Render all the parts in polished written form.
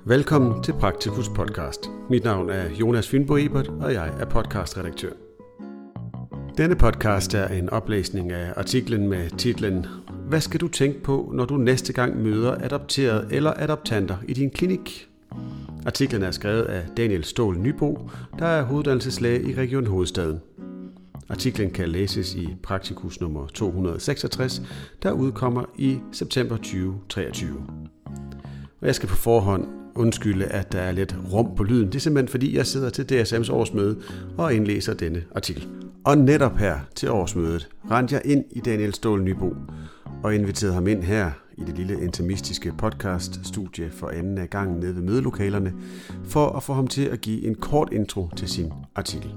Velkommen til Praktikus podcast. Mit navn er Jonas Fynbo Ebert, og jeg er podcastredaktør. Denne podcast er en oplæsning af artiklen med titlen Hvad skal du tænke på, når du næste gang møder adopterede eller adoptanter i din klinik? Artiklen er skrevet af Daniel Ståhl Nybo, der er hoveduddannelseslæge i Region Hovedstaden. Artiklen kan læses i Praktikus nummer 266, der udkommer i september 2023. Og jeg skal på forhånd undskylde, at der er lidt rum på lyden. Det er simpelthen fordi, jeg sidder til DSM's årsmøde og indlæser denne artikel. Og netop her til årsmødet rendte jeg ind i Daniel Ståhl Nybo og inviterede ham ind her i det lille interimistiske podcaststudie for anden af gangen nede ved mødelokalerne, for at få ham til at give en kort intro til sin artikel.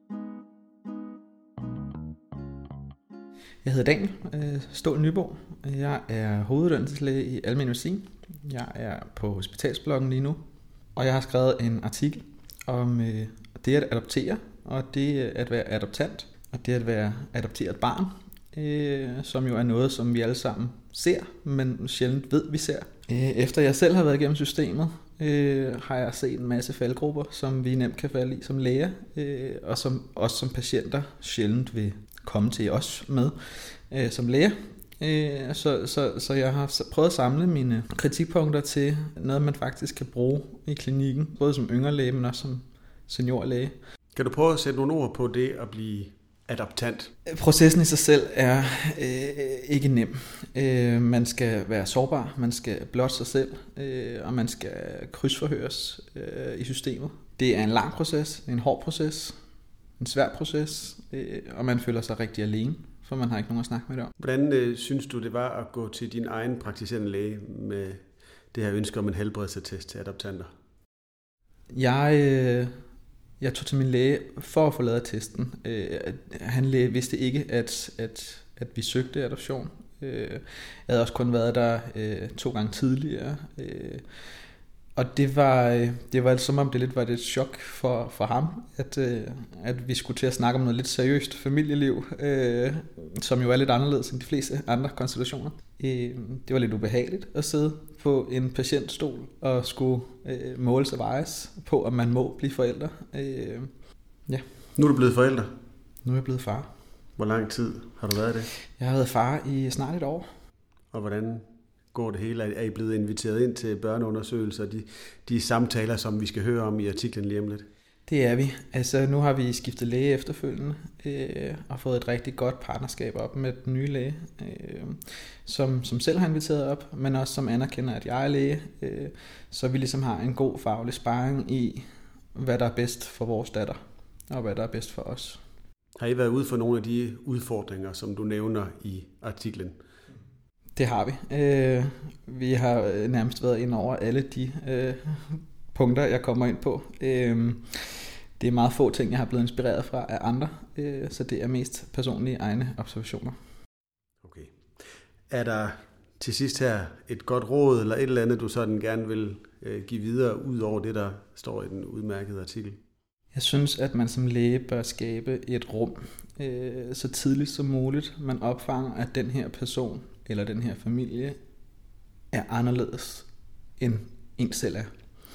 Jeg hedder Daniel Ståhl Nybo. Jeg er hoveduddannelseslæge i almen medicin. Jeg er på hospitalsbloggen lige nu, og jeg har skrevet en artikel om det at adoptere, og det at være adoptant, og det at være adopteret barn, som jo er noget, som vi alle sammen ser, men sjældent ved, vi ser. Efter jeg selv har været igennem systemet, har jeg set en masse faldgrupper, som vi nemt kan falde i som læger, og som også som sjældent vil komme til os med som læger. Så jeg har prøvet at samle mine kritikpunkter til noget, man faktisk kan bruge i klinikken, både som yngre læge, men også som seniorlæge. Kan du prøve at sætte nogle ord på det at blive adoptant? Processen i sig selv er ikke nem. Man skal være sårbar, man skal blotte sig selv, og man skal krydsforhøres i systemet. Det er en lang proces, en hård proces, en svær proces, og man føler sig rigtig alene, for man har ikke nogen at snakke med det om. Hvordan synes du, det var at gå til din egen praktiserende læge med det her ønske om en helbredsattest til adoptanter? Jeg tog til min læge for at få lavet testen. Han vidste ikke, at vi søgte adoption. Jeg havde også kun været der 2 gange tidligere. Og det var som om det lidt var et chok for ham, at vi skulle til at snakke om noget lidt seriøst familieliv, som jo er lidt anderledes end de fleste andre konstellationer. Det var lidt ubehageligt at sidde på en patientstol og skulle måles og vejes på, om man må blive forældre. Ja. Nu er du blevet forælder? Nu er jeg blevet far. Hvor lang tid har du været det? Jeg har været far i snart et år. Og hvordan går det hele? Er I blevet inviteret ind til børneundersøgelser, de samtaler, som vi skal høre om i artiklen lige om lidt? Det er vi. Altså nu har vi skiftet læge efterfølgende og fået et rigtig godt partnerskab op med den nye læge, som selv har inviteret op, men også som anerkender, at jeg er læge, så vi ligesom har en god faglig sparring i, hvad der er bedst for vores datter og hvad der er bedst for os. Har I været ude for nogle af de udfordringer, som du nævner i artiklen? Det har vi. Vi har nærmest været ind over alle de punkter, jeg kommer ind på. Det er meget få ting, jeg har blevet inspireret fra af andre, så det er mest personlige egne observationer. Okay. Er der til sidst her et godt råd, eller et eller andet, du sådan gerne vil give videre, ud over det, der står i den udmærkede artikel? Jeg synes, at man som læge bør skabe et rum, så tidligt som muligt. Man opfanger, at den her person eller den her familie er anderledes end en selv er.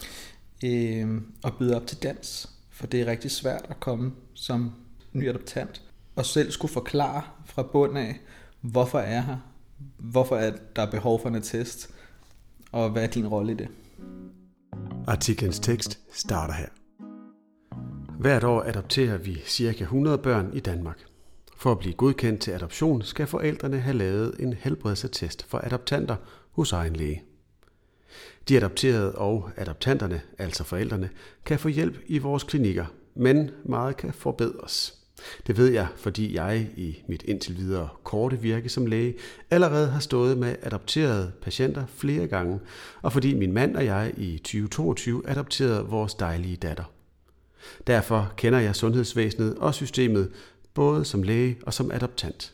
Og byde op til dans, for det er rigtig svært at komme som ny adoptant og selv skulle forklare fra bunden af, hvorfor er her, hvorfor er der behov for en attest, og hvad er din rolle i det. Artiklens tekst starter her. Hvert år adopterer vi ca. 100 børn i Danmark. For at blive godkendt til adoption, skal forældrene have lavet en helbredsattest for adoptanter hos egen læge. De adopterede og adoptanterne, altså forældrene, kan få hjælp i vores klinikker, men meget kan forbedres. Det ved jeg, fordi jeg i mit indtil videre korte virke som læge allerede har stået med adopterede patienter flere gange, og fordi min mand og jeg i 2022 adopterede vores dejlige datter. Derfor kender jeg sundhedsvæsenet og systemet både som læge og som adoptant.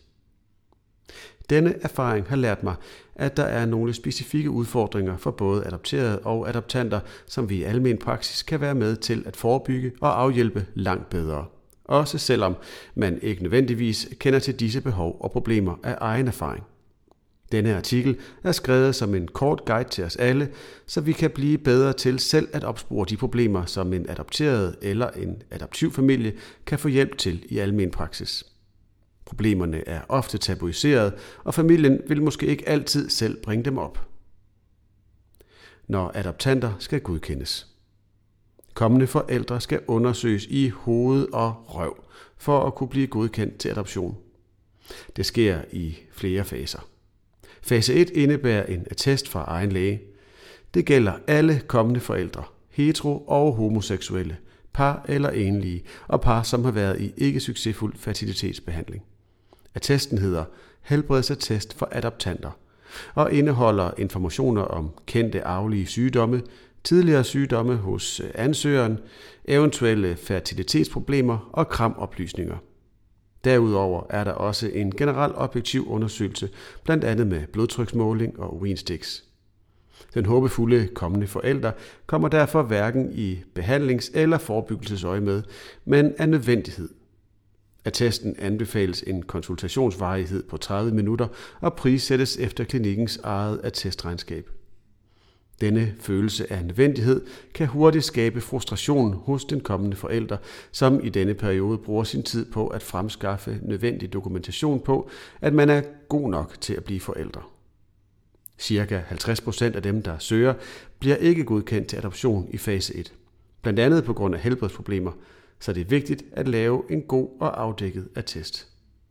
Denne erfaring har lært mig, at der er nogle specifikke udfordringer for både adopterede og adoptanter, som vi i almen praksis kan være med til at forebygge og afhjælpe langt bedre. Også selvom man ikke nødvendigvis kender til disse behov og problemer af egen erfaring. Denne artikel er skrevet som en kort guide til os alle, så vi kan blive bedre til selv at opspore de problemer, som en adopteret eller en adoptivfamilie kan få hjælp til i almen praksis. Problemerne er ofte tabuiseret, og familien vil måske ikke altid selv bringe dem op. Når adoptanter skal godkendes. Kommende forældre skal undersøges i hoved og røv for at kunne blive godkendt til adoption. Det sker i flere faser. Fase 1 indebærer en attest fra egen læge. Det gælder alle kommende forældre, hetero- og homoseksuelle, par eller enlige, og par, som har været i ikke succesfuld fertilitetsbehandling. Attesten hedder helbredsattest for adoptanter og indeholder informationer om kendte arvelige sygdomme, tidligere sygdomme hos ansøgeren, eventuelle fertilitetsproblemer og kramoplysninger. Derudover er der også en generel objektiv undersøgelse, blandt andet med blodtryksmåling og urinstiks. Den håbefulde kommende forælder kommer derfor hverken i behandlings- eller forebyggelsesøje med, men af nødvendighed. Attesten anbefales en konsultationsvarighed på 30 minutter og prissættes efter klinikkens eget attestregnskab. Denne følelse af nødvendighed kan hurtigt skabe frustration hos den kommende forælder, som i denne periode bruger sin tid på at fremskaffe nødvendig dokumentation på, at man er god nok til at blive forældre. Cirka 50% af dem, der søger, bliver ikke godkendt til adoption i fase 1, blandt andet på grund af helbredsproblemer, så det er vigtigt at lave en god og afdækket attest.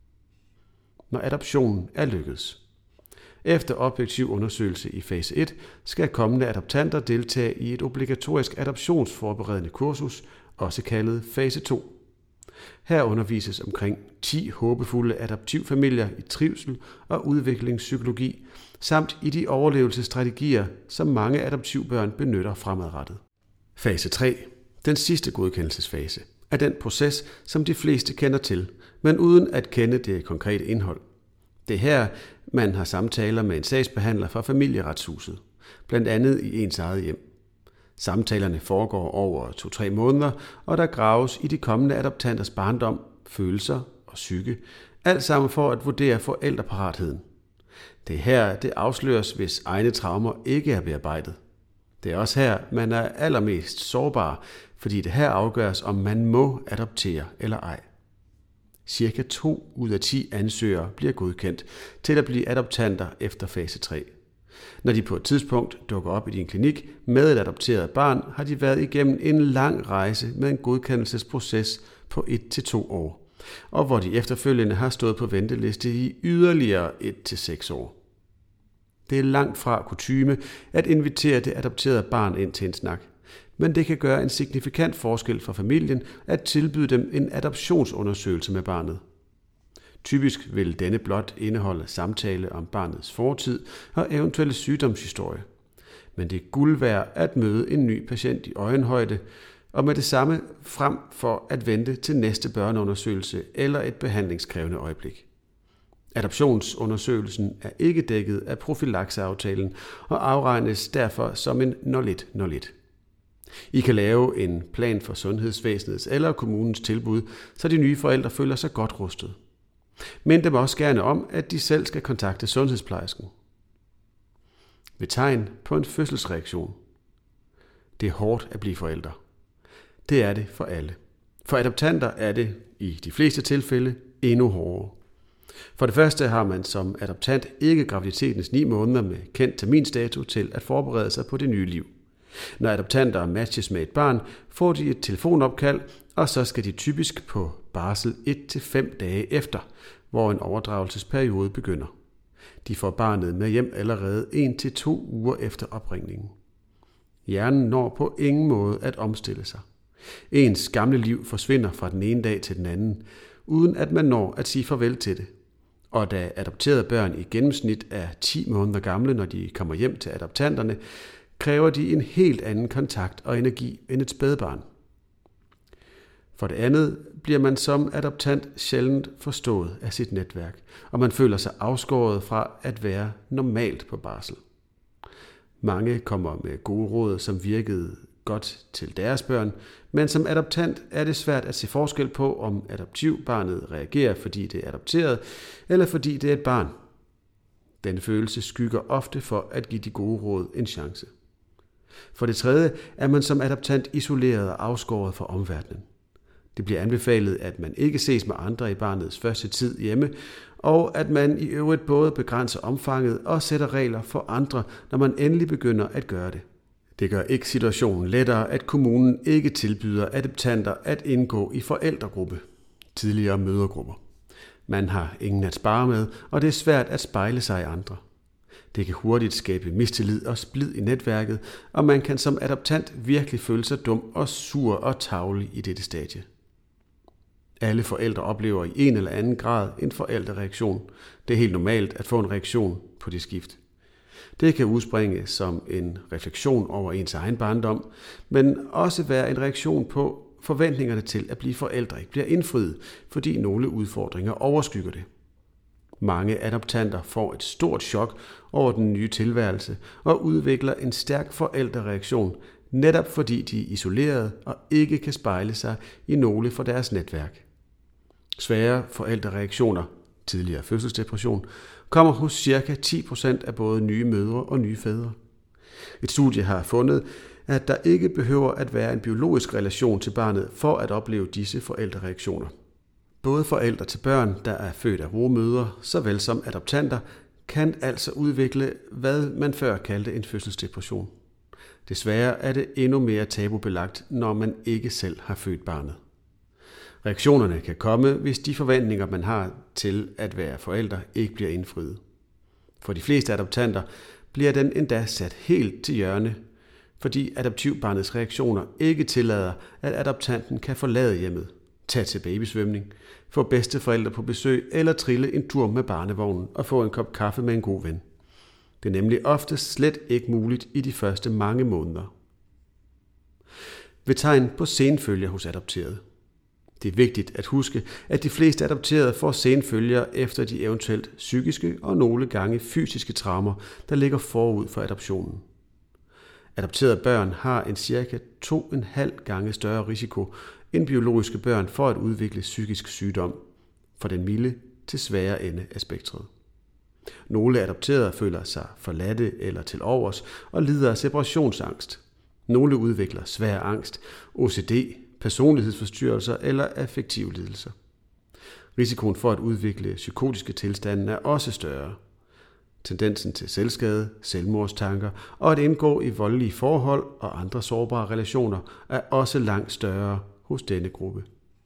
Når adoptionen er lykkedes. Efter objektiv undersøgelse i fase 1 skal kommende adoptanter deltage i et obligatorisk adoptionsforberedende kursus, også kaldet fase 2. Her undervises omkring 10 håbefulde adoptivfamilier i trivsel og udviklingspsykologi, samt i de overlevelsesstrategier, som mange adoptivbørn benytter fremadrettet. Fase 3, den sidste godkendelsesfase, er den proces, som de fleste kender til, men uden at kende det konkrete indhold. Det er her, man har samtaler med en sagsbehandler fra Familieretshuset, blandt andet i ens eget hjem. Samtalerne foregår over 2-3 måneder, og der graves i de kommende adoptanters barndom, følelser og psyke, alt sammen for at vurdere forældreparatheden. Det er her, det afsløres, hvis egne traumer ikke er bearbejdet. Det er også her, man er allermest sårbar, fordi det her afgøres, om man må adoptere eller ej. Cirka 2 ud af 10 ansøgere bliver godkendt til at blive adoptanter efter fase 3. Når de på et tidspunkt dukker op i din klinik med et adopteret barn, har de været igennem en lang rejse med en godkendelsesproces på 1-2 år, og hvor de efterfølgende har stået på venteliste i yderligere 1-6 år. Det er langt fra kutyme at invitere det adopterede barn ind til en snak, men det kan gøre en signifikant forskel for familien at tilbyde dem en adoptionsundersøgelse med barnet. Typisk vil denne blot indeholde samtale om barnets fortid og eventuelle sygdomshistorie. Men det er guld værd at møde en ny patient i øjenhøjde, og med det samme frem for at vente til næste børneundersøgelse eller et behandlingskrævende øjeblik. Adoptionsundersøgelsen er ikke dækket af profylakseaftalen og afregnes derfor som en når-lidt. I kan lave en plan for sundhedsvæsenets eller kommunens tilbud, så de nye forældre føler sig godt rustet. Mind dem også gerne om, at de selv skal kontakte sundhedsplejersken. Ved tegn på en fødselsreaktion. Det er hårdt at blive forældre. Det er det for alle. For adoptanter er det, i de fleste tilfælde, endnu hårdere. For det første har man som adoptant ikke graviditetens 9 måneder med kendt terminsdato til at forberede sig på det nye liv. Når adoptanter matches med et barn, får de et telefonopkald, og så skal de typisk på barsel 1-5 dage efter, hvor en overdragelsesperiode begynder. De får barnet med hjem allerede 1-2 uger efter opringningen. Hjernen når på ingen måde at omstille sig. Ens gamle liv forsvinder fra den ene dag til den anden, uden at man når at sige farvel til det. Og da adopterede børn i gennemsnit er 10 måneder gamle, når de kommer hjem til adoptanterne, kræver de en helt anden kontakt og energi end et spædbarn. For det andet bliver man som adoptant sjældent forstået af sit netværk, og man føler sig afskåret fra at være normalt på barsel. Mange kommer med gode råd, som virkede godt til deres børn, men som adoptant er det svært at se forskel på, om adoptivbarnet reagerer, fordi det er adopteret, eller fordi det er et barn. Denne følelse skygger ofte for at give de gode råd en chance. For det tredje er man som adoptant isoleret og afskåret fra omverdenen. Det bliver anbefalet, at man ikke ses med andre i barnets første tid hjemme, og at man i øvrigt både begrænser omfanget og sætter regler for andre, når man endelig begynder at gøre det. Det gør ikke situationen lettere, at kommunen ikke tilbyder adoptanter at indgå i forældregruppe, tidligere mødergrupper. Man har ingen at spare med, og det er svært at spejle sig i andre. Det kan hurtigt skabe mistillid og splid i netværket, og man kan som adoptant virkelig føle sig dum og sur og tarvelig i dette stadie. Alle forældre oplever i en eller anden grad en forældrereaktion. Det er helt normalt at få en reaktion på det skift. Det kan udspringe som en refleksion over ens egen barndom, men også være en reaktion på forventningerne til at blive forældre ikke bliver indfriet, fordi nogle udfordringer overskygger det. Mange adoptanter får et stort chok over den nye tilværelse og udvikler en stærk forældrereaktion, netop fordi de er isolerede og ikke kan spejle sig i nogle fra deres netværk. Svære forældrereaktioner, tidligere fødselsdepression, kommer hos ca. 10% af både nye mødre og nye fædre. Et studie har fundet, at der ikke behøver at være en biologisk relation til barnet for at opleve disse forældrereaktioner. Både forældre til børn, der er født af rugemødre, såvel som adoptanter, kan altså udvikle, hvad man før kaldte en fødselsdepression. Desværre er det endnu mere tabubelagt, når man ikke selv har født barnet. Reaktionerne kan komme, hvis de forventninger, man har til at være forældre, ikke bliver indfriet. For de fleste adoptanter bliver den endda sat helt til hjørne, fordi adoptivbarnets reaktioner ikke tillader, at adoptanten kan forlade hjemmet, tage til babysvømning, få bedsteforældre på besøg eller trille en tur med barnevognen og få en kop kaffe med en god ven. Det er nemlig ofte slet ikke muligt i de første mange måneder. Ved tegn på senfølger hos adopterede. Det er vigtigt at huske, at de fleste adopterede får senfølger efter de eventuelt psykiske og nogle gange fysiske traumer, der ligger forud for adoptionen. Adopterede børn har en ca. 2,5 gange større risiko end biologiske børn for at udvikle psykisk sygdom, fra den milde til svære ende af spektret. Nogle adopterede føler sig forladte eller til overs og lider af separationsangst. Nogle udvikler svær angst, OCD, personlighedsforstyrrelser eller affektive lidelser. Risikoen for at udvikle psykotiske tilstande er også større. Tendensen til selvskade, selvmordstanker og at indgå i voldelige forhold og andre sårbare relationer er også langt større hos denne gruppe.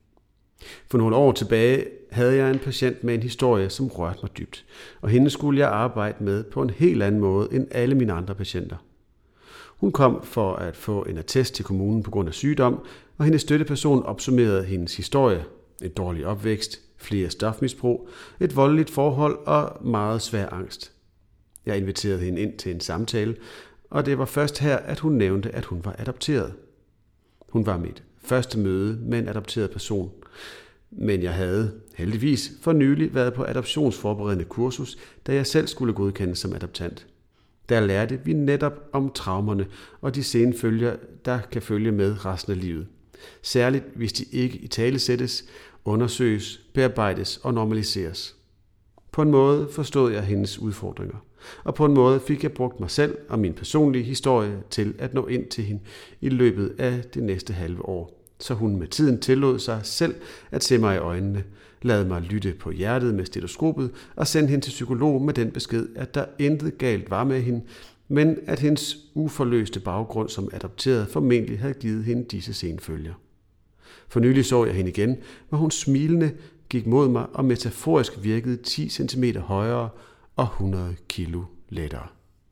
For nogle år tilbage havde jeg en patient med en historie, som rørte mig dybt, og hende skulle jeg arbejde med på en helt anden måde end alle mine andre patienter. Hun kom for at få en attest til kommunen på grund af sygdom, og hendes støtteperson opsummerede hendes historie, en dårlig opvækst, flere stofmisbrug, et voldeligt forhold og meget svær angst. Jeg inviterede hende ind til en samtale, og det var først her, at hun nævnte, at hun var adopteret. Hun var mit første møde med en adopteret person, men jeg havde heldigvis for nylig været på adoptionsforberedende kursus, da jeg selv skulle godkendes som adoptant. Der lærte vi netop om traumerne og de senfølger, der kan følge med resten af livet. Særligt hvis de ikke italesættes, undersøges, bearbejdes og normaliseres. På en måde forstod jeg hendes udfordringer, og på en måde fik jeg brugt mig selv og min personlige historie til at nå ind til hende i løbet af det næste halve år, så hun med tiden tillod sig selv at se mig i øjnene, lade mig lytte på hjertet med stetoskopet og sende hende til psykolog med den besked, at der intet galt var med hende, men at hendes uforløste baggrund som adopteret formentlig havde givet hende disse senfølger. For nylig så jeg hende igen, hvor hun smilende gik mod mig og metaforisk virkede 10 cm højere og 100 kilo lettere.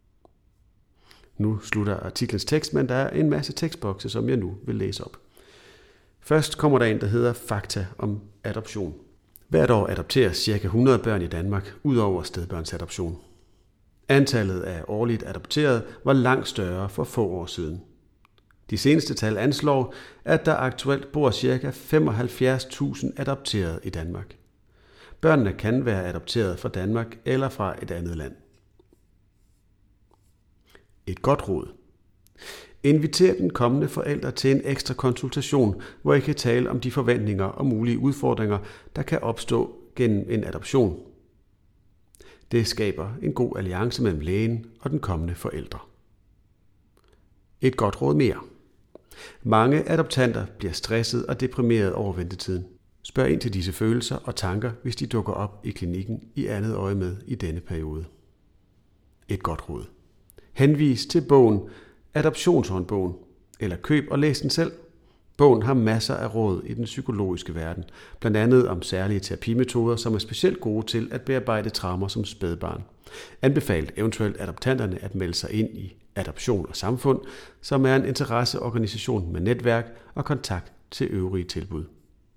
Nu slutter artiklens tekst, men der er en masse tekstbokse, som jeg nu vil læse op. Først kommer der en, der hedder Fakta om adoption. Hvert år adopteres ca. 100 børn i Danmark, ud over stedbørnsadoption. Antallet af årligt adopterede var langt større for få år siden. De seneste tal anslår, at der aktuelt bor ca. 75.000 adopterede i Danmark. Børnene kan være adopteret fra Danmark eller fra et andet land. Et godt råd. Inviter den kommende forælder til en ekstra konsultation, hvor I kan tale om de forventninger og mulige udfordringer, der kan opstå gennem en adoption. Det skaber en god alliance mellem lægen og den kommende forældre. Et godt råd mere. Mange adoptanter bliver stresset og deprimeret over ventetiden. Spørg ind til disse følelser og tanker, hvis de dukker op i klinikken i andet øje med i denne periode. Et godt råd. Henvis til bogen Adoptionshåndbogen, eller køb og læs den selv. Bogen har masser af råd i den psykologiske verden, blandt andet om særlige terapimetoder, som er specielt gode til at bearbejde traumer som spædbarn. Anbefalet eventuelt adoptanterne at melde sig ind i Adoption og Samfund, som er en interesseorganisation med netværk og kontakt til øvrige tilbud.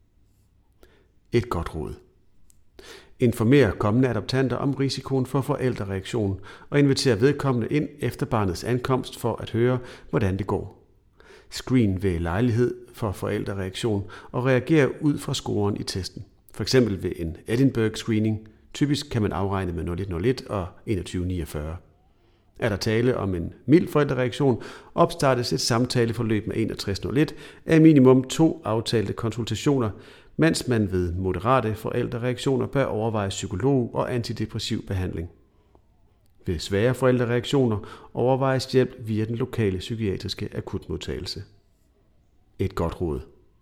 Et godt råd. Informer kommende adoptanter om risikoen for forældrereaktion og inviter vedkommende ind efter barnets ankomst for at høre, hvordan det går. Screen ved lejlighed for forældrereaktion og reager ud fra scoren i testen. For eksempel ved en Edinburgh screening. Typisk kan man afregne med 0101 og 2149. Er der tale om en mild forældrereaktion, opstartes et samtaleforløb med 6101 af minimum 2 aftalte konsultationer, mens man ved moderate forældrereaktioner bør overveje psykolog og antidepressiv behandling. Ved svære forældrereaktioner overvejes hjælp via den lokale psykiatriske akutmodtagelse. Et godt råd.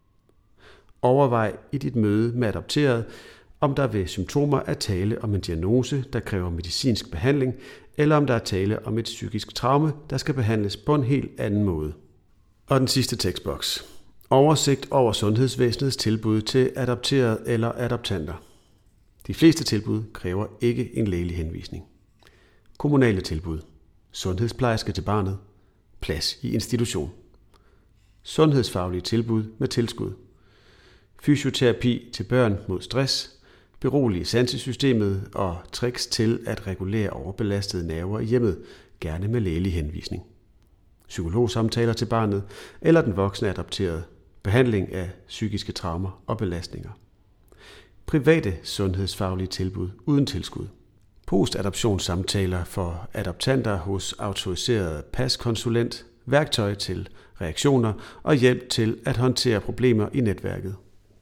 Overvej i dit møde med adopteret, om der ved symptomer er tale om en diagnose, der kræver medicinsk behandling, eller om der er tale om et psykisk traume, der skal behandles på en helt anden måde. Og den sidste tekstboks. Oversigt over sundhedsvæsenets tilbud til adopteret eller adoptanter. De fleste tilbud kræver ikke en lægelig henvisning. Kommunale tilbud. Sundhedsplejerske til barnet. Plads i institution. Sundhedsfaglige tilbud med tilskud. Fysioterapi til børn mod stress. Berolige sansesystemet og tricks til at regulere overbelastede nerver i hjemmet, gerne med lægelig henvisning. Psykologsamtaler til barnet eller den voksne adopterede. Behandling af psykiske traumer og belastninger. Private sundhedsfaglige tilbud uden tilskud. Postadoptionssamtaler for adoptanter hos autoriseret paskonsulent, værktøj til reaktioner og hjælp til at håndtere problemer i netværket.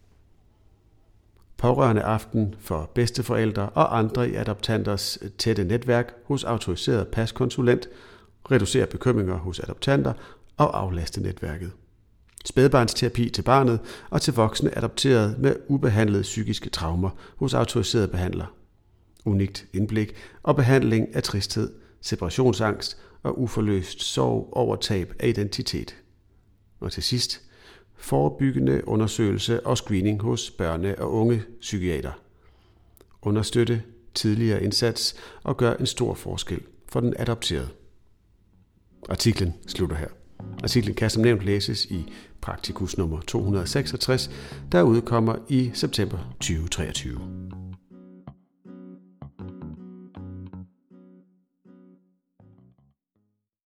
Pårørende aften for bedsteforældre og andre i adoptanters tætte netværk hos autoriseret paskonsulent, reducere bekymringer hos adoptanter og aflaste netværket. Spædbarnsterapi til barnet og til voksne adopteret med ubehandlede psykiske traumer hos autoriseret behandler. Unikt indblik og behandling af tristhed, separationsangst og uforløst sorg over tab af identitet. Og til sidst, forebyggende undersøgelse og screening hos børne- og unge psykiater. Understøtte tidligere indsats og gør en stor forskel for den adopterede. Artiklen slutter her. Artiklen kan som nævnt læses i Praktikus nummer 266, der udkommer i september 2023.